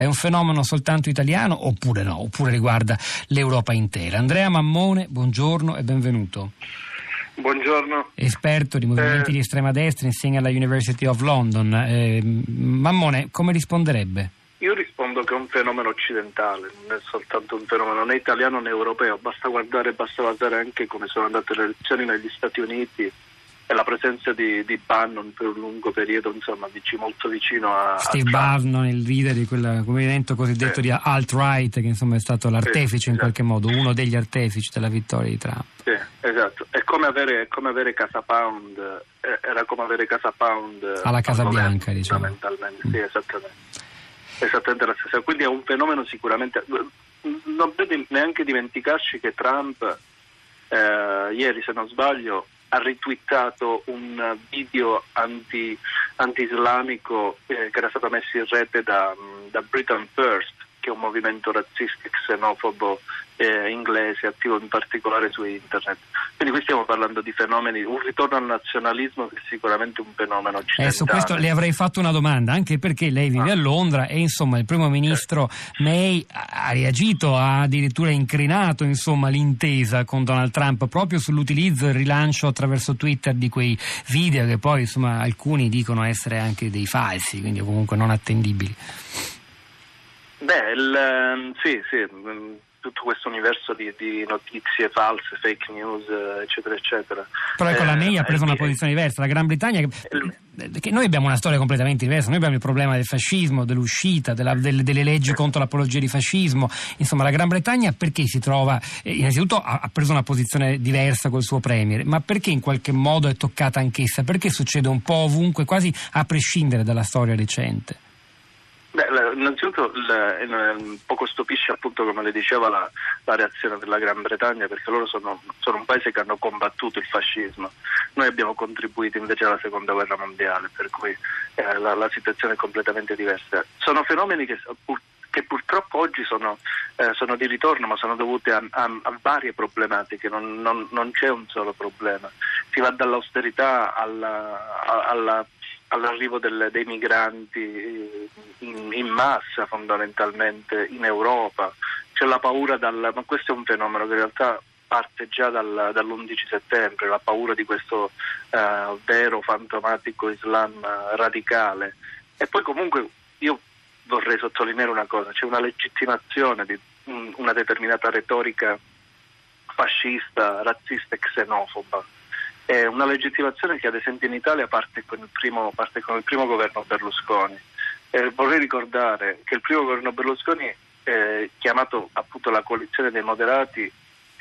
È un fenomeno soltanto italiano oppure no? Oppure riguarda l'Europa intera? Andrea Mammone, buongiorno e benvenuto. Buongiorno. Esperto di movimenti di estrema destra, insegna alla University of London. Mammone, come risponderebbe? Io rispondo che è un fenomeno occidentale, non è soltanto un fenomeno né italiano né europeo. Basta guardare anche come sono andate le elezioni negli Stati Uniti e la presenza di Bannon per un lungo periodo, insomma, molto vicino a Steve Bannon, il leader di quel movimento cossidetto di alt-right, che insomma è stato l'artefice in qualche modo, uno degli artefici della vittoria di Trump. Sì, esatto. È come avere Casa Pound, era come avere Casa Pound alla Casa Bianca, diciamo. Fondamentalmente, sì, esattamente la stessa. Quindi è un fenomeno sicuramente. Non deve neanche dimenticarci che Trump ieri, se non sbaglio, ha ritwittato un video anti-islamico che era stato messo in rete da Britain First, che è un movimento razzista e xenofobo inglese, attivo in particolare su internet. Quindi qui stiamo parlando di fenomeni, un ritorno al nazionalismo che è sicuramente un fenomeno occidentale. Su questo le avrei fatto una domanda, anche perché lei vive a Londra e insomma il primo ministro May ha reagito, ha addirittura incrinato insomma l'intesa con Donald Trump proprio sull'utilizzo e il rilancio attraverso Twitter di quei video che poi insomma alcuni dicono essere anche dei falsi, quindi comunque non attendibili. Sì, tutto questo universo di notizie false, fake news, eccetera, eccetera. Però ecco, la May ha preso una posizione diversa. La Gran Bretagna, che noi abbiamo una storia completamente diversa, noi abbiamo il problema del fascismo, dell'uscita, delle leggi contro l'apologia di fascismo. Insomma, la Gran Bretagna perché si trova, innanzitutto ha preso una posizione diversa col suo premier, ma perché in qualche modo è toccata anch'essa? Perché succede un po' ovunque, quasi a prescindere dalla storia recente? Innanzitutto poco stupisce, appunto, come le diceva, la reazione della Gran Bretagna, perché loro sono un paese che hanno combattuto il fascismo. Noi abbiamo contribuito invece alla seconda guerra mondiale, per cui la situazione è completamente diversa. Sono fenomeni che purtroppo oggi sono di ritorno, ma sono dovuti a varie problematiche, non c'è un solo problema. Si va dall'austerità all'arrivo dei migranti in massa, fondamentalmente in Europa. C'è la paura ma questo è un fenomeno che in realtà parte già dall'11 settembre, la paura di questo vero fantomatico Islam radicale. E poi comunque io vorrei sottolineare una cosa: c'è una legittimazione di una determinata retorica fascista, razzista e xenofoba. È una legittimazione che ad esempio in Italia parte con il primo governo Berlusconi. Vorrei ricordare che il primo governo Berlusconi, chiamato appunto la coalizione dei moderati,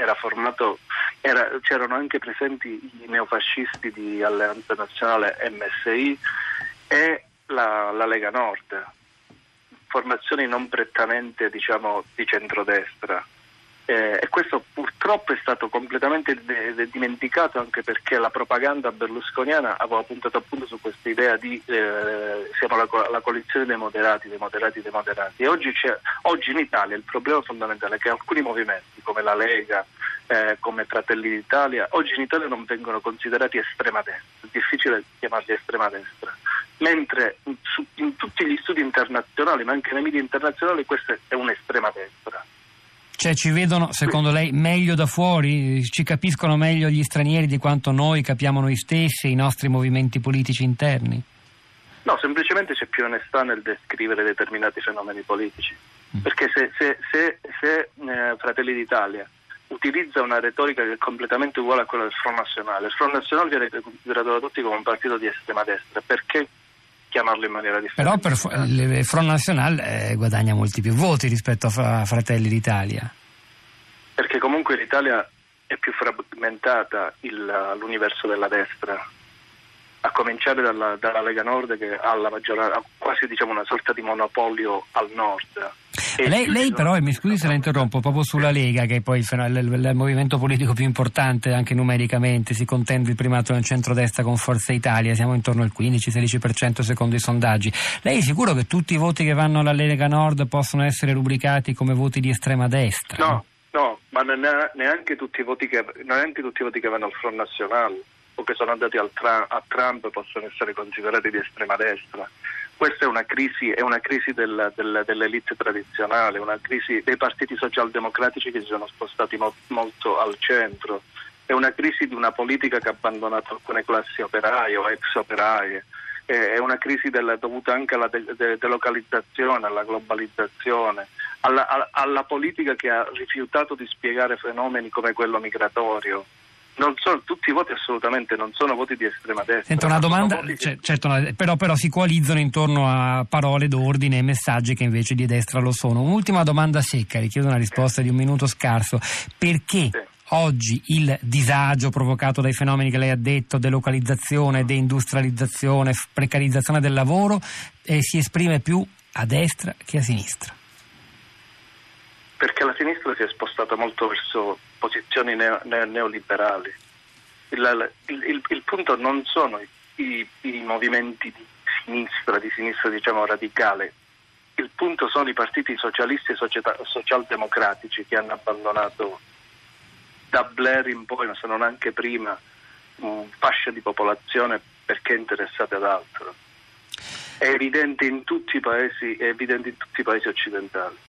c'erano anche presenti i neofascisti di Alleanza Nazionale MSI e la Lega Nord, formazioni non prettamente, diciamo, di centrodestra. E questo purtroppo è stato completamente dimenticato, anche perché la propaganda berlusconiana aveva puntato appunto su questa idea di siamo la coalizione dei moderati. E oggi in Italia il problema fondamentale è che alcuni movimenti come la Lega, come Fratelli d'Italia, oggi in Italia non vengono considerati estrema destra, è difficile chiamarli estrema destra, mentre in tutti gli studi internazionali, ma anche nei media internazionali, questa è un'estrema destra. Cioè ci vedono, secondo lei, meglio da fuori? Ci capiscono meglio gli stranieri di quanto noi capiamo noi stessi e i nostri movimenti politici interni? No, semplicemente c'è più onestà nel descrivere determinati fenomeni politici. Perché se Fratelli d'Italia utilizza una retorica che è completamente uguale a quella del Front National, il Front National viene considerato da tutti come un partito di estrema destra, perché chiamarlo in maniera differente? Però il Front National guadagna molti più voti rispetto a Fratelli d'Italia. Perché comunque l'Italia è più frammentata l'universo della destra, a cominciare dalla Lega Nord, che ha la maggioranza, ha quasi, diciamo, una sorta di monopolio al nord. Lei però, mi scusi se la interrompo, proprio sulla Lega, che è poi il movimento politico più importante anche numericamente, si contende il primato nel centrodestra con Forza Italia, siamo intorno al 15-16% secondo i sondaggi. Lei è sicuro che tutti i voti che vanno alla Lega Nord possono essere rubricati come voti di estrema destra? No, ma neanche tutti i voti che vanno al Front National o che sono andati a Trump possono essere considerati di estrema destra. Questa è una crisi dell'elite tradizionale, una crisi dei partiti socialdemocratici che si sono spostati molto al centro, è una crisi di una politica che ha abbandonato alcune classi operaie o ex operaie, è una crisi dovuta anche alla delocalizzazione, alla globalizzazione, alla politica che ha rifiutato di spiegare fenomeni come quello migratorio. Tutti i voti assolutamente non sono voti di estrema destra. Senta, una domanda, certo, però si coalizzano intorno a parole d'ordine e messaggi che invece di destra lo sono. Un'ultima domanda secca, richiedo una risposta di un minuto scarso. Perché oggi il disagio provocato dai fenomeni che lei ha detto, delocalizzazione, deindustrializzazione, precarizzazione del lavoro, si esprime più a destra che a sinistra? Perché la sinistra si è spostata molto verso posizioni neoliberali. Il punto non sono i movimenti di sinistra diciamo radicale, il punto sono i partiti socialisti e socialdemocratici che hanno abbandonato da Blair in poi, ma se non anche prima, fasce di popolazione perché interessate ad altro. È evidente in tutti i paesi occidentali.